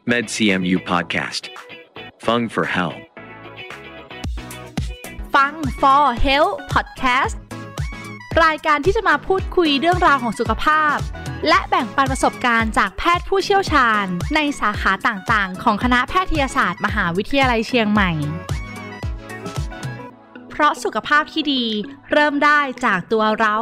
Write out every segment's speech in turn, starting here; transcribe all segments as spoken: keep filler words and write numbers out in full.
MedCMU Podcast ฟัง for Health ฟัง for Health Podcast รายการที่จะมาพูดคุยเรื่องราวของสุขภาพและแบ่งปันประสบการณ์จากแพทย์ผู้เชี่ยวชาญในสาขาต่างๆของคณะแพทยศาสตร์มหาวิทยาลัยเชียงใหม่เพราะสุขภาพที่ดีเริ่มได้จากตัวเรา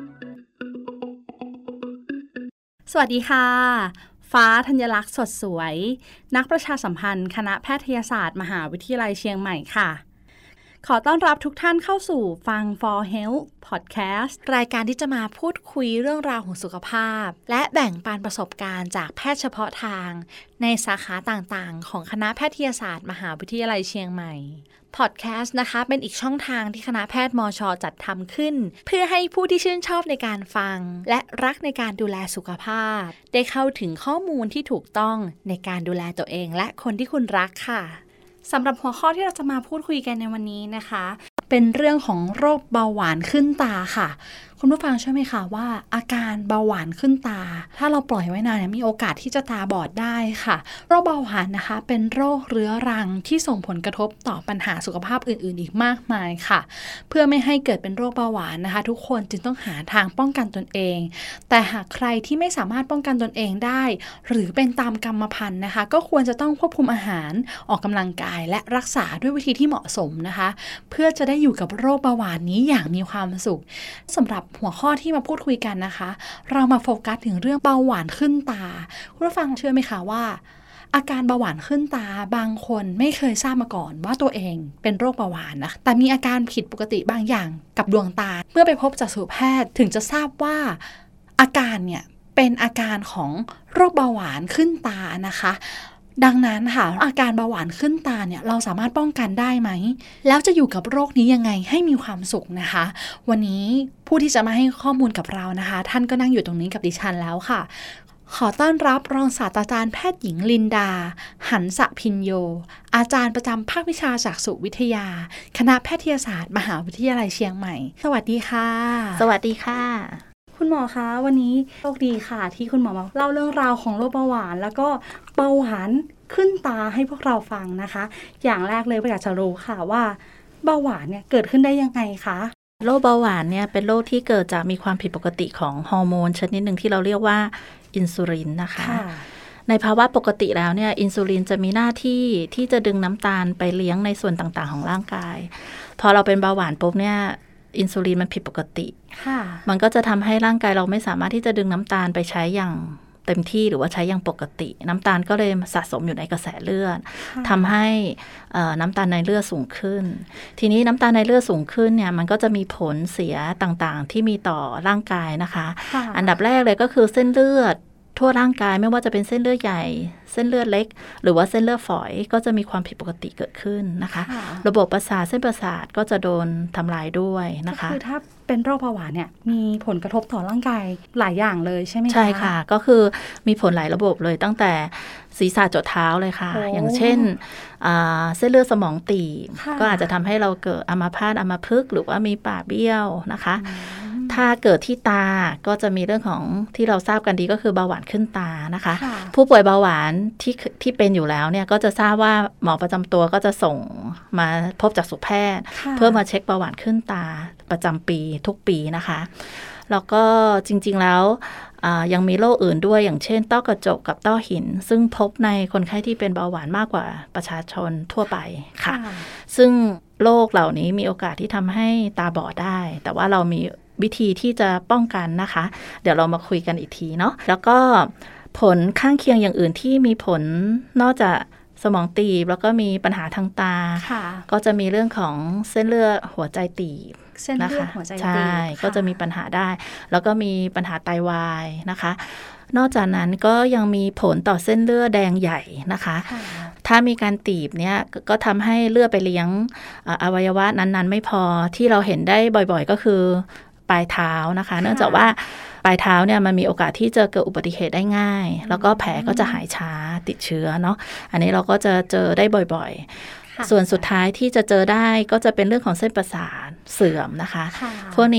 สวัสดีค่ะฟ้าธัญลักษณ์สดสวยนักประชาสัมพันธ์คณะแพทยศาสตร์มหาวิทยาลัยเชียงใหม่ค่ะขอต้อนรับทุกท่านเข้าสู่ฟัง for Health Podcast รายการที่จะมาพูดคุยเรื่องราวของสุขภาพและแบ่งปันประสบการณ์จากแพทย์เฉพาะทางในสาขาต่างๆของคณะแพทยศาสตร์มหาวิทยาลัยเชียงใหม่พอดแคสต์นะคะเป็นอีกช่องทางที่คณะแพทย์มช.จัดทำขึ้นเพื่อให้ผู้ที่ชื่นชอบในการฟังและรักในการดูแลสุขภาพได้เข้าถึงข้อมูลที่ถูกต้องในการดูแลตัวเองและคนที่คุณรักค่ะสำหรับหัวข้อที่เราจะมาพูดคุยกันในวันนี้นะคะเป็นเรื่องของโรคเบาหวานขึ้นตาค่ะคุณผู้ฟังเชื่อไหมคะว่าอาการเบาหวานขึ้นตาถ้าเราปล่อยไว้นานเนี่ยมีโอกาสที่จะตาบอดได้ค่ะโรคเบาหวานนะคะเป็นโรคเรื้อรังที่ส่งผลกระทบต่อปัญหาสุขภาพอื่นๆอีกมากมายค่ะเพื่อไม่ให้เกิดเป็นโรคเบาหวานนะคะทุกคนจึงต้องหาทางป้องกันตนเองแต่หากใครที่ไม่สามารถป้องกันตนเองได้หรือเป็นตามกรรมพันธุ์นะคะก็ควรจะต้องควบคุมอาหารออกกำลังกายและรักษาด้วยวิธีที่เหมาะสมนะคะเพื่อจะได้อยู่กับโรคเบาหวานนี้อย่างมีความสุขสำหรับหัวข้อที่มาพูดคุยกันนะคะเรามาโฟกัสถึงเรื่องเบาหวานขึ้นตาคุณผู้ฟังเชื่อไหมคะว่าอาการเบาหวานขึ้นตาบางคนไม่เคยทราบมาก่อนว่าตัวเองเป็นโรคเบาหวานนะแต่มีอาการผิดปกติบางอย่างกับดวงตาเมื่อไปพบจักษุแพทย์ถึงจะทราบว่าอาการเนี่ยเป็นอาการของโรคเบาหวานขึ้นตานะคะดังนั้นค่ะอาการเบาหวานขึ้นตาเนี่ยเราสามารถป้องกันได้ไหมแล้วจะอยู่กับโรคนี้ยังไงให้มีความสุขนะคะวันนี้ผู้ที่จะมาให้ข้อมูลกับเรานะคะท่านก็นั่งอยู่ตรงนี้กับดิฉันแล้วค่ะขอต้อนรับรองศาสตราจารย์แพทย์หญิงลินดาหันสพิญโยอาจารย์ประจำภาควิชาจักษุวิทยาคณะแพทยศาสตร์มหาวิทยาลัยเชียงใหม่สวัสดีค่ะสวัสดีค่ะคุณหมอคะวันนี้โชคดีค่ะที่คุณหมอมาเล่าเรื่องราวของโรคเบาหวานแล้วก็เบาหวานขึ้นตาให้พวกเราฟังนะคะอย่างแรกเลยอยากจะรู้ค่ะว่าเบาหวานเนี่ยเกิดขึ้นได้ยังไงคะโรคเบาหวานเนี่ยเป็นโรคที่เกิดจากมีความผิดปกติของฮอร์โมนชนิดหนึ่งที่เราเรียกว่าอินซูลินนะคะในภาวะปกติแล้วเนี่ยอินซูลินจะมีหน้าที่ที่จะดึงน้ำตาลไปเลี้ยงในส่วนต่างๆของร่างกายพอเราเป็นเบาหวานปุ๊บเนี่ยอินซูลินมันผิดปกติมันก็จะทำให้ร่างกายเราไม่สามารถที่จะดึงน้ำตาลไปใช้อย่างเต็มที่หรือว่าใช้อย่างปกติน้ำตาลก็เลยสะสมอยู่ในกระแสเลือดทำให้น้ำตาลในเลือดสูงขึ้นทีนี้น้ำตาลในเลือดสูงขึ้นเนี่ยมันก็จะมีผลเสียต่างๆที่มีต่อร่างกายนะคะอันดับแรกเลยก็คือเส้นเลือดทั่วร่างกายไม่ว่าจะเป็นเส้นเลือดใหญ่เส้นเลือดเล็กหรือว่าเส้นเลือดฝอยก็จะมีความผิดปกติเกิดขึ้นนะคะระบบประสาทเส้นประสาทก็จะโดนทำลายด้วยนะคะก็คือถ้าเป็นโรคเบาหวานเนี่ยมีผลกระทบต่อร่างกายหลายอย่างเลยใช่ไหมคะใช่ค่ะก็คือมีผลหลายระบบเลยตั้งแต่ศีรษะจดเท้าเลยค่ะอย่างเช่นเส้นเลือดสมองตีบก็อาจจะทำให้เราเกิดอัมพาตอัมพฤกษ์หรือว่ามีปากเบี้ยวนะคะถ้าเกิดที่ตาก็จะมีเรื่องของที่เราทราบกันดีก็คือเบาหวานขึ้นตานะคะผู้ป่วยเบาหวานที่ที่เป็นอยู่แล้วเนี่ยก็จะทราบว่าหมอประจำตัวก็จะส่งมาพบจักษุแพทย์เพื่อมาเช็คเบาหวานขึ้นตาประจำปีทุกปีนะคะแล้วก็จริงๆแล้วยังมีโรคอื่นด้วยอย่างเช่นต้อกระจกกับต้อหินซึ่งพบในคนไข้ที่เป็นเบาหวานมากกว่าประชาชนทั่วไปค่ะซึ่งโรคเหล่านี้มีโอกาสที่ทำให้ตาบอดได้แต่ว่าเรามีวิธีที่จะป้องกันนะคะเดี๋ยวเรามาคุยกันอีกทีเนาะแล้วก็ผลข้างเคียงอย่างอื่นที่มีผลนอกจากสมองตีบแล้วก็มีปัญหาทางตาก็จะมีเรื่องของเส้นเลือดหัวใจตีบเส้นเลือดหัวใจตีบใช่ก็จะมีปัญหาได้แล้วก็มีปัญหาไตวายนะคะนอกจากนั้นก็ยังมีผลต่อเส้นเลือดแดงใหญ่นะคะถ้ามีการตีบเนี่ยก็ทำให้เลือดไปเลี้ยงอวัยวะนั้นๆไม่พอที่เราเห็นได้บ่อยๆก็คือปลายเท้านะคะเนื่องจากว่าปลายเท้าเนี่ยมันมีโอกาสที่จะเกิดอุบัติเหตุได้ง่ายแล้วก็แผลก็จะหายช้าติดเชื้อเนาะอันนี้เราก็จะเจอได้บ่อยๆส่วนสุดท้ายที่จะเจอได้ก็จะเป็นเรื่องของเส้นประสาทเสื่อมนะคะพวกนี้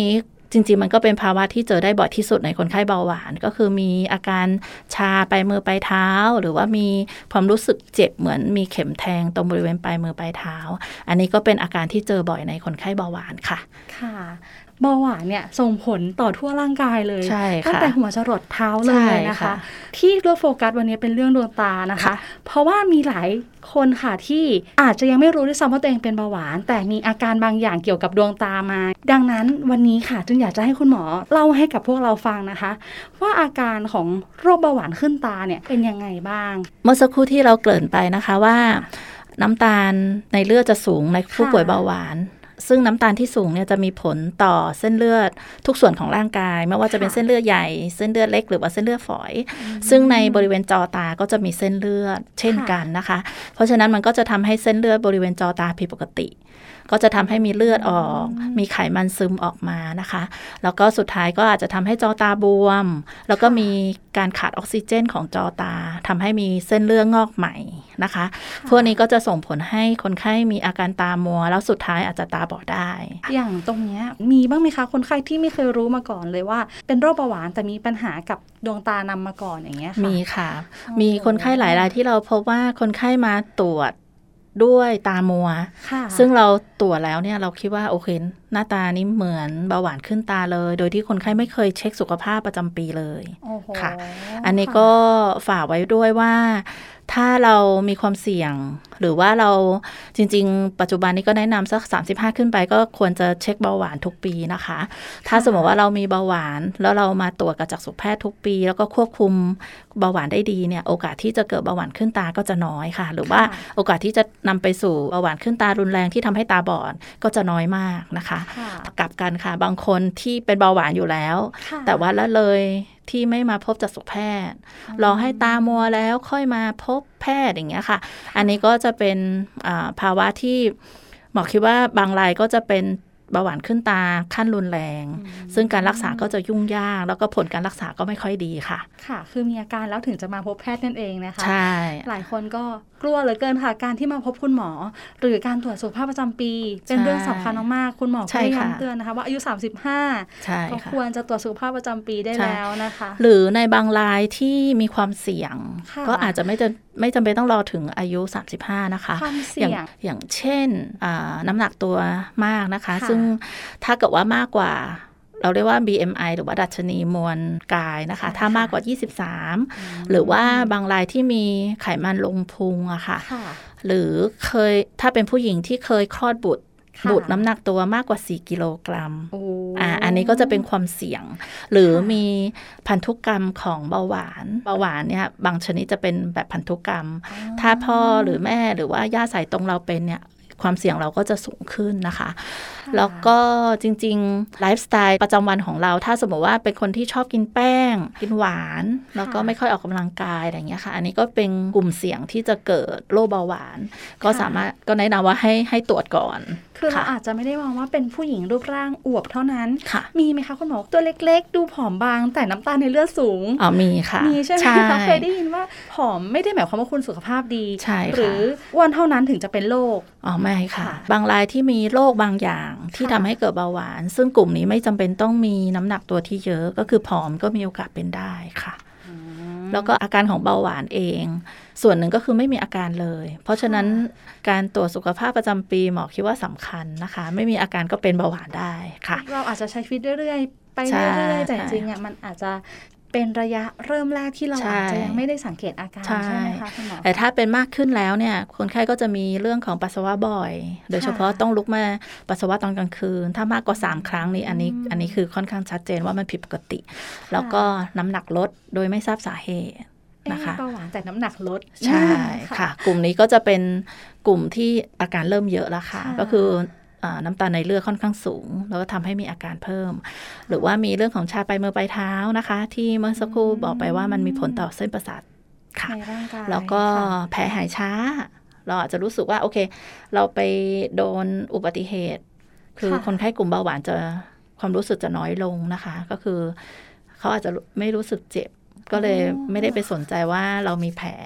จริงๆมันก็เป็นภาวะที่เจอได้บ่อยที่สุดในคนไข้เบาหวานก็คือมีอาการชาปลายมือปลายเท้าหรือว่ามีความรู้สึกเจ็บเหมือนมีเข็มแทงตรงบริเวณปลายมือปลายเท้าอันนี้ก็เป็นอาการที่เจอบ่อยในคนไข้เบาหวานค่ะค่ะเบาหวานเนี่ยส่งผลต่อทั่วร่างกายเลยใช่ค่ะตั้งแต่หัวจรดเท้าเลยนะคะที่เลือกโฟกัสวันนี้เป็นเรื่องดวงตานะคะเพราะว่ามีหลายคนค่ะที่อาจจะยังไม่รู้ด้วยซ้ำว่าตัวเองเป็นเบาหวานแต่มีอาการบางอย่างเกี่ยวกับดวงตามาดังนั้นวันนี้ค่ะจึงอยากจะให้คุณหมอเล่าให้กับพวกเราฟังนะคะว่าอาการของโรคเบาหวานขึ้นตาเนี่ยเป็นยังไงบ้างเมื่อสักครู่ที่เราเกริ่นไปนะคะว่าน้ำตาลในเลือดจะสูงในผู้ป่วยเบาหวานซึ่งน้ำตาลที่สูงเนี่ยจะมีผลต่อเส้นเลือดทุกส่วนของร่างกายไม่ว่าจะเป็นเส้นเลือดใหญ่เส้นเลือดเล็กหรือว่าเส้นเลือดฝอยซึ่งในบริเวณจอตาก็จะมีเส้นเลือดเช่นกันนะคะเพราะฉะนั้นมันก็จะทำให้เส้นเลือดบริเวณจอตาผิดปกติก็จะทำให้มีเลือดออกมีไขมันซึมออกมานะคะแล้วก็สุดท้ายก็อาจจะทำให้จอตาบวมแล้วก็มีการขาดออกซิเจนของจอตาทำให้มีเส้นเลือดงอกใหม่นะคะพวกนี้ก็จะส่งผลให้คนไข้มีอาการตามัวแล้วสุดท้ายอาจจะตาบอดได้อย่างตรงนี้มีบ้างไหมคะคนไข้ที่ไม่เคยรู้มาก่อนเลยว่าเป็นโรคเบาหวานแต่มีปัญหากับดวงตานำมาก่อนอย่างเงี้ยค่ะมีค่ะมีคนไข้หลายรายที่เราพบว่าคนไข้มาตรวจด้วยตามัวซึ่งเราตรวจแล้วเนี่ยเราคิดว่าโอเคหน้าตานี้เหมือนเบาหวานขึ้นตาเลยโดยที่คนไข้ไม่เคยเช็คสุขภาพประจำปีเลยค่ะอันนี้ก็ฝากไว้ด้วยว่าถ้าเรามีความเสี่ยงหรือว่าเราจริงๆปัจจุบันนี้ก็แนะนำสักสามสิบห้าขึ้นไปก็ควรจะเช็คเบาหวานทุกปีนะคะถ้าสมมติว่าเรามีเบาหวานแล้วเรามาตรวจกับจักษุแพทย์ทุกปีแล้วก็ควบคุมเบาหวานได้ดีเนี่ยโอกาสที่จะเกิดเบาหวานขึ้นตาก็จะน้อยค่ะหรือว่าโอกาสที่จะนำไปสู่เบาหวานขึ้นตารุนแรงที่ทำให้ตาบอดก็จะน้อยมากนะคะกลับกันค่ะบางคนที่เป็นเบาหวานอยู่แล้วแต่ว่าละเลยที่ไม่มาพบจักษุแพทย์รอให้ตามัวแล้วค่อยมาพบแพทย์อย่างเงี้ยค่ะอันนี้ก็จะเป็นภาวะที่หมอคิดว่าบางรายก็จะเป็นเบาหวานขึ้นตาขั้นรุนแรงซึ่งการรักษาก็จะยุ่งยากแล้วก็ผลการรักษาก็ไม่ค่อยดีค่ะค่ะคือมีอาการแล้วถึงจะมาพบแพทย์นั่นเองนะคะใช่หลายคนก็กลัวเหลือเกินค่ะการที่มาพบคุณหมอหรือการตรวจสุขภาพประจำปีเป็นเรื่องสำคัญมากๆคุณหมอก็ย้ำเตือนนะคะว่าอายุสามสิบห้าก็ควรจะตรวจสุขภาพประจำปีได้แล้วนะคะหรือในบางรายที่มีความเสี่ยงก็อาจจะไม่จะไม่จำเป็นต้องรอถึงอายุสามสิบห้านะคะอย่างอย่างเช่นน้ำหนักตัวมากนะคะซึ่งถ้าเกิดว่ามากกว่าเราเรียกว่า บี เอ็ม ไอ หรือว่าดัชนีมวลกายนะคะถ้ามากกว่ายี่สิบสามหรือว่าบางรายที่มีไขมันลงพุงอะค่ะหรือเคยถ้าเป็นผู้หญิงที่เคยคลอดบุตรบุตรน้ำหนักตัวมากกว่าสี่กิโลกรัมอ่าอันนี้ก็จะเป็นความเสี่ยงหรือมีพันธุกรรมของเบาหวานเบาหวานเนี่ยบางชนิดจะเป็นแบบพันธุกรรมถ้าพ่อหรือแม่หรือว่าญาติสายตรงเราเป็นเนี่ยความเสี่ยงเราก็จะสูงขึ้นนะคะแล้วก็จริงๆไลฟ์สไตล์ประจำวันของเราถ้าสมมติว่าเป็นคนที่ชอบกินแป้งกินหวานแล้วก็ไม่ค่อยออกกำลังกายอะไรอย่างเงี้ยค่ะอันนี้ก็เป็นกลุ่มเสี่ยงที่จะเกิดโรคเบาหวานก็สามารถก็แนะนำว่าให้ให้ตรวจก่อนคือเราอาจจะไม่ได้มองว่าเป็นผู้หญิงรูปร่างอวบเท่านั้นมีไหมคะคุณหมอตัวเล็กๆดูผอมบางแต่น้ำตาลในเลือดสูงอ๋อมีค่ะมีใช่ไหมคะเคยได้ยินว่าผอมไม่ได้หมายความว่าคุณสุขภาพดีหรืออ้วนเท่านั้นถึงจะเป็นโรคอ๋อไม่ค่ะบางรายที่มีโรคบางอย่างที่ทำให้เกิดเบาหวานซึ่งกลุ่มนี้ไม่จำเป็นต้องมีน้ำหนักตัวที่เยอะก็คือผอมก็มีโอกาสเป็นได้ค่ะแล้วก็อาการของเบาหวานเองส่วนหนึ่งก็คือไม่มีอาการเลยเพราะฉะนั้นการตรวจสุขภาพประจำปีหมอคิดว่าสำคัญนะคะไม่มีอาการก็เป็นเบาหวานได้ค่ะเราอาจจะใช้ชีวิตเรื่อยๆไปเรื่อยๆแต่จริงๆอ่ะมันอาจจะเป็นระยะเริ่มแรกที่เราอาจจะยังไม่ได้สังเกตอาการใช่ไหมคะคุณหมอแต่ถ้าเป็นมากขึ้นแล้วเนี่ยคนไข้ก็จะมีเรื่องของปัสสาวะบ่อยโดยเฉพาะต้องลุกมาปัสสาวะตอนกลางคืนถ้ามากกว่าสามครั้งนี้อันนี้อันนี้คือค่อนข้างชัดเจนว่ามันผิดปกติแล้วก็น้ำหนักลดโดยไม่ทราบสาเหตุนะคะเบาหวานแต่น้ำหนักลดใช่ค่ะกลุ่มนี้ก็จะเป็นกลุ่มที่อาการเริ่มเยอะแล้วค่ะก็คือน้ำตาลในเลือดค่อนข้างสูงแล้วก็ทำให้มีอาการเพิ่มหรือว่ามีเรื่องของชาปลายมือปลายเท้านะคะที่เมื่อสักครู่บอกไปว่ามันมีผลต่อเส้นประสาทค่ะแล้วก็แผลหายช้าเราอาจจะรู้สึกว่าโอเคเราไปโดนอุบัติเหตุคือคนไข้กลุ่มเบาหวานจะความรู้สึกจะน้อยลงนะคะก็คือเขาอาจจะไม่รู้สึกเจ็บก็เลยไม่ได้ไปสนใจว่าเรามีแผล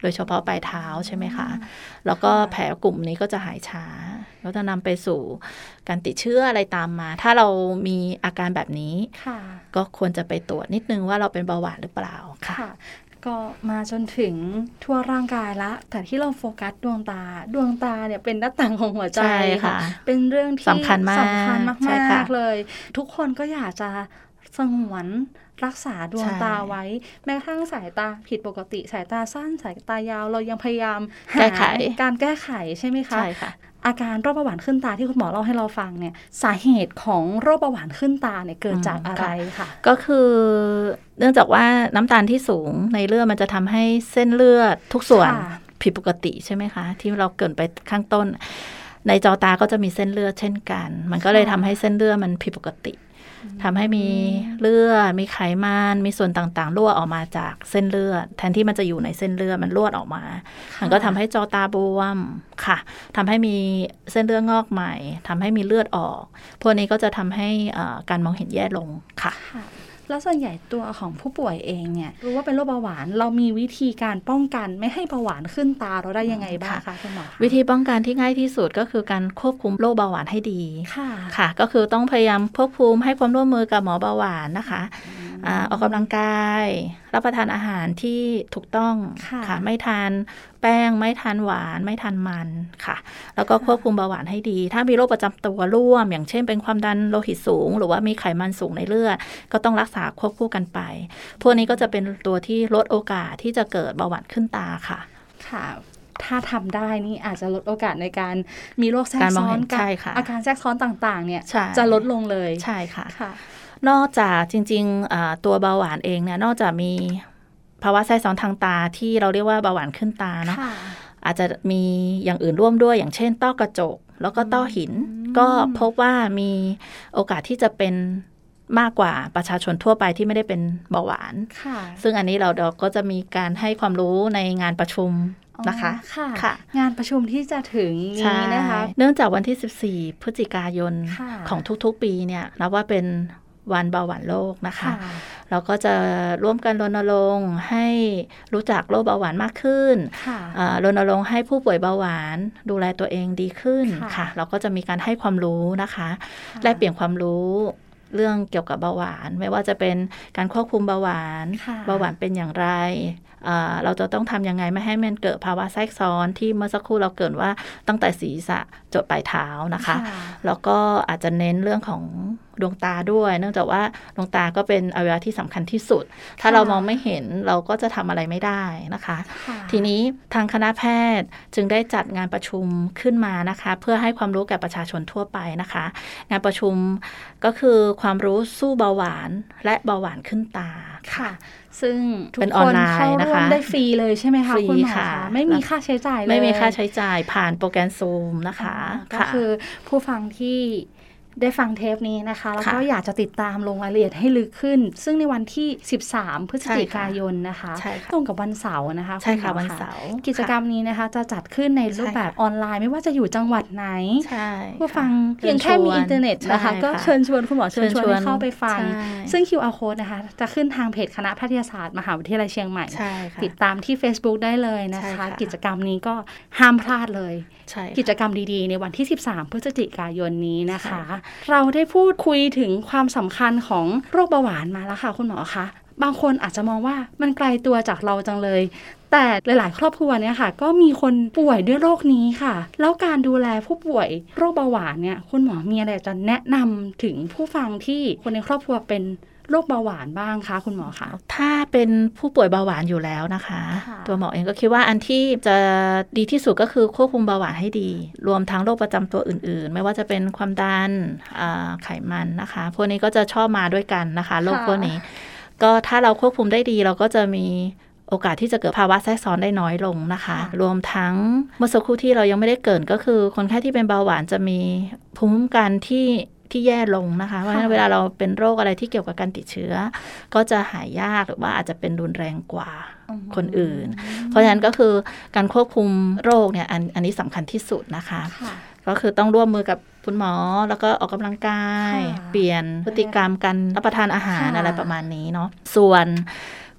โดยเฉพาะปลายเท้าใช่ไหมคะแล้วก็แผลกลุ่มนี้ก็จะหายช้าแล้วจะนำไปสู่การติดเชื้ออะไรตามมาถ้าเรามีอาการแบบนี้ก็ควรจะไปตรวจนิดนึงว่าเราเป็นเบาหวานหรือเปล่าค่ะก็มาจนถึงทั่วร่างกายละแต่ที่เราโฟกัสดวงตาดวงตาเนี่ยเป็นหน้าต่างของหัวใจค่ะเป็นเรื่องที่สำคัญมากสำคัญมากๆเลยทุกคนก็อยากจะสงวนรักษาดวงตาไว้แม้กระทั่งสายตาผิดปกติสายตาสั้นสายตายาวเรายังพยายามหาการแก้ไขใช่ไหมคะใช่ค่ะอาการโรคเบาหวานขึ้นตาที่คุณหมอเล่าให้เราฟังเนี่ยสาเหตุของโรคเบาหวานขึ้นตาเนี่ยเกิดจากอะไรค่ะก็คือเนื่องจากว่าน้ำตาลที่สูงในเลือดมันจะทำให้เส้นเลือดทุกส่วนผิดปกติใช่ไหมคะที่เราเกริ่นไปข้างต้นในจอตาก็จะมีเส้นเลือดเช่นกันมันก็เลยทำให้เส้นเลือดมันผิดปกติทำให้มีเลือดมีไขมันมีส่วนต่างๆรั่วออกมาจากเส้นเลือดแทนที่มันจะอยู่ในเส้นเลือดมันรั่วออกมามันก็ทำให้จอตาบวมค่ะทำให้มีเส้นเลือดงอกใหม่ทำให้มีเลือดออกพวกนี้ก็จะทำให้การมองเห็นแย่ลงค่ะแล้วส่วนใหญ่ตัวของผู้ป่วยเองเนี่ยรู้ว่าเป็นโรคเบาหวานเรามีวิธีการป้องกันไม่ให้เบาหวานขึ้นตาเราได้ยังไงบ้างคะคุณหมอวิธีป้องกันที่ง่ายที่สุดก็คือการควบคุมโรคเบาหวานให้ดีค่ะค่ะก็คือต้องพยายามควบคุมให้ความร่วมมือกับหมอเบาหวานนะคะออกกำลังกายรับประทานอาหารที่ถูกต้องค่ะไม่ทานแป้งไม่ทานหวานไม่ทานมันค่ะแล้วก็ควบคุมเบาหวานให้ดีถ้ามีโรคประจำตัวร่วมอย่างเช่นเป็นความดันโลหิตสูงหรือว่ามีไขมันสูงในเลือดก็ต้องรักษาควบคู่กันไปพวกนี้ก็จะเป็นตัวที่ลดโอกาสที่จะเกิดเบาหวานขึ้นตาค่ะค่ะถ้าทำได้นี่อาจจะลดโอกาสในการมีโรคแทรกซ้อนกับอาการแทรกซ้อนต่างๆเนี่ยจะลดลงเลยใช่ค่ะนอกจากจริงๆตัวเบาหวานเองเนี่ยนอกจากมีภาวะแทรกซ้อนทางตาที่เราเรียกว่าเบาหวานขึ้นตาเนาะอาจจะมีอย่างอื่นร่วมด้วยอย่างเช่นต้อกระจกแล้วก็ต้อหินก็พบว่ามีโอกาสที่จะเป็นมากกว่าประชาชนทั่วไปที่ไม่ได้เป็นเบาหวานซึ่งอันนี้เราเราก็จะมีการให้ความรู้ในงานประชุมนะคะค่ะงานประชุมที่จะถึงนี้นะคะเนื่องจากวันที่สิบสี่พฤศจิกายนของทุกๆปีเนี่ยนับว่าเป็นวันเบาหวานโลกนะคะเราก็จะร่วมกันรณรงค์ให้รู้จักโรคเบาหวานมากขึ้นรณรงค์ให้ผู้ป่วยเบาหวานดูแลตัวเองดีขึ้นค่ะเราก็จะมีการให้ความรู้นะคะแลกเปลี่ยนความรู้เรื่องเกี่ยวกับเบาหวานไม่ว่าจะเป็นการควบคุมเบาหวานเบาหวานเป็นอย่างไรเราจะต้องทำยังไงไม่ให้มันเกิดภาวะแทรกซ้อนที่เมื่อสักครู่เราเกริ่นว่าตั้งแต่ศีรษะจดปลายเท้านะคะแล้วก็อาจจะเน้นเรื่องของดวงตาด้วยเนื่องจากว่าดวงตาก็เป็นอวัยวะที่สำคัญที่สุดถ้าเรามองไม่เห็นเราก็จะทำอะไรไม่ได้นะคะทีนี้ทางคณะแพทย์จึงได้จัดงานประชุมขึ้นมานะคะเพื่อให้ความรู้แก่ประชาชนทั่วไปนะคะงานประชุมก็คือความรู้สู้เบาหวานและเบาหวานขึ้นตาค่ะซึ่งทุกคนเข้าร่วมได้ฟรีเลยใช่ไหมคะคุณหมอคะไม่มีค่าใช้จ่ายเลยไม่มีค่าใช้จ่ายผ่านโปรแกรม Zoom นะคะก็คือผู้ฟังที่ได้ฟังเทปนี้นะคะแล้วก็อยากจะติดตามลงรายละเอียดให้ลึกขึ้นซึ่งในวันที่สิบสามพฤศจิกายนนะคะตรงกับวันเสาร์นะคะใช่ค่ะวันเสาร์กิจกรรมนี้นะคะจะจัดขึ้นในรูปแบบออนไลน์ไม่ว่าจะอยู่จังหวัดไหนผู้ฟังเพียงแค่มีอินเทอร์เน็ตนะคะก็เชิญชวนคุณหมอเชิญชวนให้เข้าไปฟังซึ่ง คิว อาร์ Code นะคะจะขึ้นทางเพจคณะแพทยศาสตร์มหาวิทยาลัยเชียงใหม่ติดตามที่ Facebook ได้เลยนะคะกิจกรรมนี้ก็ห้ามพลาดเลยกิจกรรมดีๆในวันที่สิบสามพฤศจิกายนนี้นะคะเราได้พูดคุยถึงความสำคัญของโรคเบาหวานมาแล้วค่ะคุณหมอคะบางคนอาจจะมองว่ามันไกลตัวจากเราจังเลยแต่หลายๆครอบครัวเนี่ยค่ะก็มีคนป่วยด้วยโรคนี้ค่ะแล้วการดูแลผู้ป่วยโรคเบาหวานเนี่ยคุณหมอมีอะไรจะแนะนำถึงผู้ฟังที่คนในครอบครัวเป็นโรคเบาหวานบ้างคะคุณหมอคะถ้าเป็นผู้ป่วยเบาหวานอยู่แล้วนะคะตัวหมอเองก็คิดว่าอันที่จะดีที่สุดก็คือควบคุมเบาหวานให้ดีรวมทั้งโรคประจำตัวอื่นๆไม่ว่าจะเป็นความดันไขมันนะคะพวกนี้ก็จะชอบมาด้วยกันนะคะโรคพวกนี้ก็ถ้าเราควบคุมได้ดีเราก็จะมีโอกาสที่จะเกิดภาวะแทรกซ้อนได้น้อยลงนะคะรวมทั้งเมื่อสักครู่ที่เรายังไม่ได้เกริ่นก็คือคนไข้ที่เป็นเบาหวานจะมีภูมิคุ้มกันที่ที่แย่ลงนะคะเพราะฉะนั้นเวลาเราเป็นโรคอะไรที่เกี่ยวกับการติดเชื้อก็จะหายยากหรือว่าอาจจะเป็นรุนแรงกว่าคนอื่นเพราะฉะนั้นก็คือการควบคุมโรคเนี่ยอันอันนี้สำคัญที่สุดนะคะก็คือต้องร่วมมือกับคุณหมอแล้วก็ออกกำลังกายเปลี่ยนพฤติกรรมการรับประทานอาหารอะไรประมาณนี้เนาะส่วน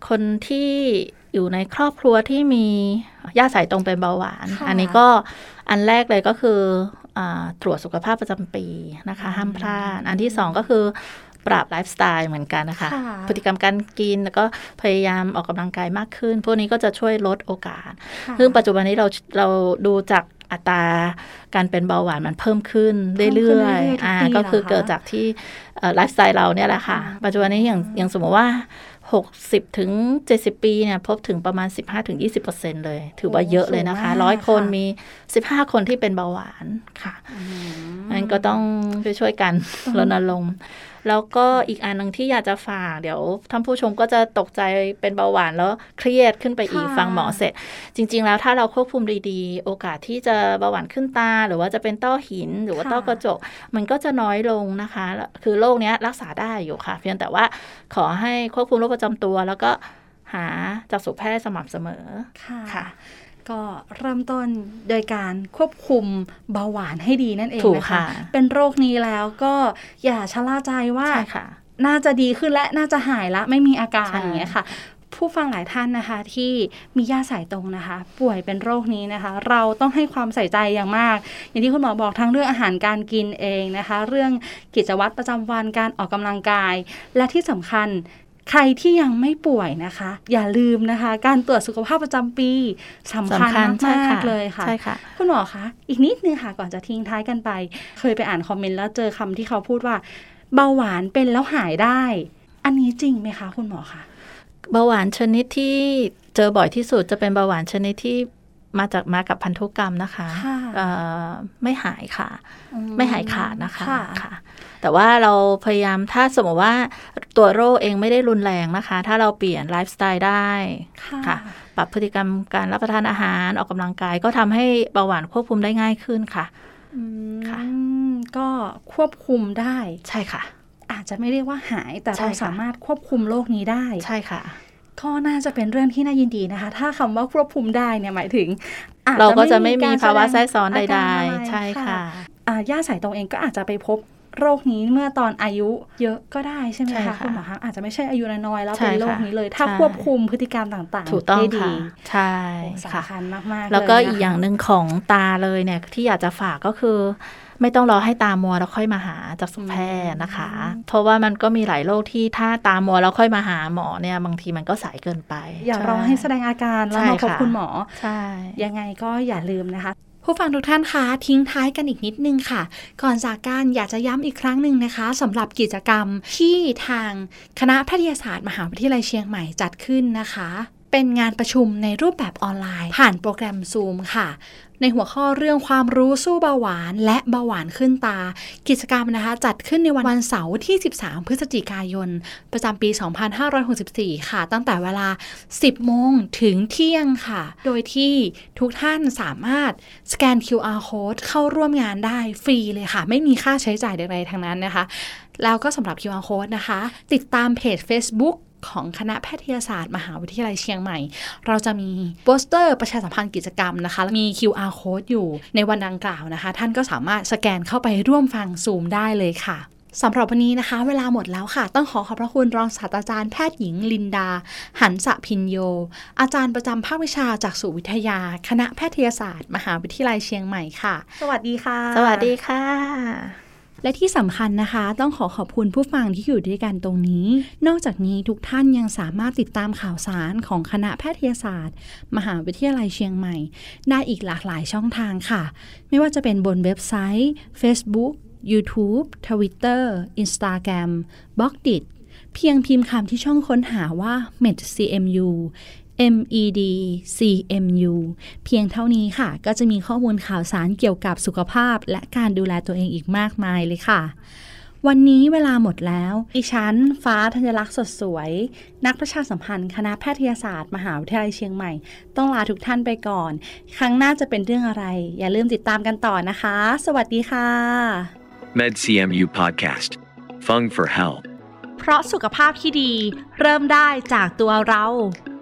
คนที่อยู่ในครอบครัวที่มีญาติสายตรงเป็นเบาหวานอันนี้ก็อันแรกเลยก็คือตรวจสุขภาพประจำปีนะคะห้ามพลาดอันที่สองก็คือปรับไลฟ์สไตล์เหมือนกันนะคะพฤติกรรมการกินแล้วก็พยายามออกกำลังกายมากขึ้นพวกนี้ก็จะช่วยลดโอกาสซึ่งปัจจุบันนี้เราเราดูจากอัตราการเป็นเบาหวานมันเพิ่มขึ้นเรื่อยๆอ่าก็คือเกิดจากที่ไลฟ์สไตล์เราเนี่ยแหละค่ะปัจจุบันนี้อย่างอย่างสมมติว่าหกสิบถึงเจ็ดสิบปีเนี่ยพบถึงประมาณ สิบห้าถึงยี่สิบเปอร์เซ็นต์ เลยถือว่าเยอะเลยนะคะหนึ่งร้อยคนมีสิบห้าคนที่เป็นเบาหวานค่ะงั้นก็ต้องช่วยๆกันรณรงค์แล้วก็อีกอันนึงที่อยากจะฝากเดี๋ยวท่านผู้ชมก็จะตกใจเป็นเบาหวานแล้วเครียดขึ้นไปอีกฟังหมอเสร็จจริงๆแล้วถ้าเราควบคุมดีๆโอกาสที่จะเบาหวานขึ้นตาหรือว่าจะเป็นต้อหินหรือว่าต้อกระจกมันก็จะน้อยลงนะคะคือโรคนี้รักษาได้อยู่ค่ะเพียงแต่ว่าขอให้ควบคุมโรคประจำตัวแล้วก็หาจักษุแพทย์สม่ำเสมอค่ะก็เริ่มต้นโดยการควบคุมเบาหวานให้ดีนั่นเองนะคะเป็นโรคนี้แล้วก็อย่าชะล่าใจว่าน่าจะดีขึ้นและน่าจะหายละไม่มีอาการอย่างเงี้ยค่ะผู้ฟังหลายท่านนะคะที่มีญาติสายตรงนะคะป่วยเป็นโรคนี้นะคะเราต้องให้ความใส่ใจอย่างมากอย่างที่คุณหมอบอกทั้งเรื่องอาหารการกินเองนะคะเรื่องกิจวัตรประจำวันการออกกำลังกายและที่สำคัญใครที่ยังไม่ป่วยนะคะอย่าลืมนะคะการตรวจสุขภาพประจำปีสำคัญมากๆเลยค่ะคุณหมอคะอีกนิดนึงค่ะก่อนจะทิ้งท้ายกันไปเคยไปอ่านคอมเมนต์แล้วเจอคำที่เขาพูดว่าเบาหวานเป็นแล้วหายได้อันนี้จริงไหมคะคุณหมอคะเบาหวานชนิดที่เจอบ่อยที่สุดจะเป็นเบาหวานชนิดที่มาจากมากับพันธุกรรมนะคะไม่หายค่ะไม่หายขาดนะคะค่ะแต่ว่าเราพยายามถ้าสมมติว่าตัวโรคเองไม่ได้รุนแรงนะคะถ้าเราเปลี่ยนไลฟ์สไตล์ได้ค่ะปรับพฤติกรรมการรับประทานอาหารออกกำลังกายก็ทำให้เบาหวานควบคุมได้ง่ายขึ้นค่ะค่ะก็ควบคุมได้ใช่ค่ะอาจจะไม่เรียกว่าหายแต่เราสามารถควบคุมโรคนี้ได้ใช่ค่ะก็น่าจะเป็นเรื่องที่น่ายินดีนะคะถ้าคำว่าควบคุมได้เนี่ยหมายถึงเราก็จะไม่มีภาวะแทรกซ้อนใดๆใช่ค่ะญาติสายตรงเองก็อาจจะไปพบโรคนี้เมื่อตอนอายุเยอะก็ได้ใช่ไหมคะคุณหมอคะอาจจะไม่ใช่อายุน้อยแล้วเป็นโรคนี้เลยถ้าควบคุมพฤติกรรมต่างๆได้ดีใช่สำคัญมากๆแล้วก็อีกอย่างหนึ่งของตาเลยเนี่ยที่อยากจะฝากก็คือไม่ต้องรอให้ตามัวแล้วค่อยมาหาจักษุแพทย์นะคะเพราะว่ามันก็มีหลายโรคที่ถ้าตามัวแล้วค่อยมาหาหมอเนี่ยบางทีมันก็สายเกินไปอย่ารอให้แสดงอาการแล้วมาพบคุณหมอใช่ยังไงก็อย่าลืมนะคะผู้ฟังทุกท่านคะทิ้งท้ายกันอีกนิดนึงค่ะก่อนจากกันอยากจะย้ำอีกครั้งหนึ่งนะคะสำหรับกิจกรรมที่ทางคณะแพทยศาสตร์มหาวิทยาลัยเชียงใหม่จัดขึ้นนะคะเป็นงานประชุมในรูปแบบออนไลน์ผ่านโปรแกรม Zoom ค่ะในหัวข้อเรื่องความรู้สู้เบาหวานและเบาหวานขึ้นตากิจกรรมนะคะจัดขึ้นในวันเสาร์ที่สิบสามพฤศจิกายนประจำปีสองพันห้าร้อยหกสิบสี่ค่ะตั้งแต่เวลา สิบโมงถึงเที่ยงค่ะโดยที่ทุกท่านสามารถสแกน คิว อาร์ Code เข้าร่วมงานได้ฟรีเลยค่ะไม่มีค่าใช้จ่ายใดๆทั้งนั้นนะคะแล้วก็สำหรับ คิว อาร์ Code นะคะติดตามเพจ Facebookของคณะแพทยศาสตร์มหาวิทยาลัยเชียงใหม่เราจะมีโปสเตอร์ประชาสัมพันธ์กิจกรรมนะคะมี คิว อาร์ Code อยู่ในวันดังกล่าวนะคะท่านก็สามารถสแกนเข้าไปร่วมฟัง Zoom ได้เลยค่ะสำหรับวันนี้นะคะเวลาหมดแล้วค่ะต้องขอขอบพระคุณรองศาสตราจารย์แพทย์หญิงลินดาหันสะพินโยอาจารย์ประจำภาควิชาจักษุวิทยาคณะแพทยศาสตร์มหาวิทยาลัยเชียงใหม่ค่ะสวัสดีค่ะสวัสดีค่ะและที่สำคัญนะคะต้องขอขอบคุณผู้ฟังที่อยู่ด้วยกันตรงนี้นอกจากนี้ทุกท่านยังสามารถติดตามข่าวสารของคณะแพทยศาสตร์มหาวิทยาลัยเชียงใหม่ได้อีกหลากหลายช่องทางค่ะไม่ว่าจะเป็นบนเว็บไซต์ Facebook YouTube Twitter Instagram บล็อกดิท เพียงพิมพ์คำที่ช่องค้นหาว่า เมด ซี เอ็ม ยู เอ็ม อี ดี ซี เอ็ม ยู เพียงเท่านี้ค่ะก็จะมีข้อมูลข่าวสารเกี่ยวกับสุขภาพและการดูแลตัวเองอีกมากมายเลยค่ะวันนี้เวลาหมดแล้วดิฉันฟ้าธัญลักษณ์สดสวยนักประชาสัมพันธ์คณะแพทยศาสตร์มหาวิทยาลัยเชียงใหม่ต้องลาทุกท่านไปก่อนครั้งหน้าจะเป็นเรื่องอะไรอย่าลืมติดตามกันต่อนะคะสวัสดีค่ะเมด ซี เอ็ม ยู Podcast Fung for Health เพราะสุขภาพที่ดีเริ่มได้จากตัวเรา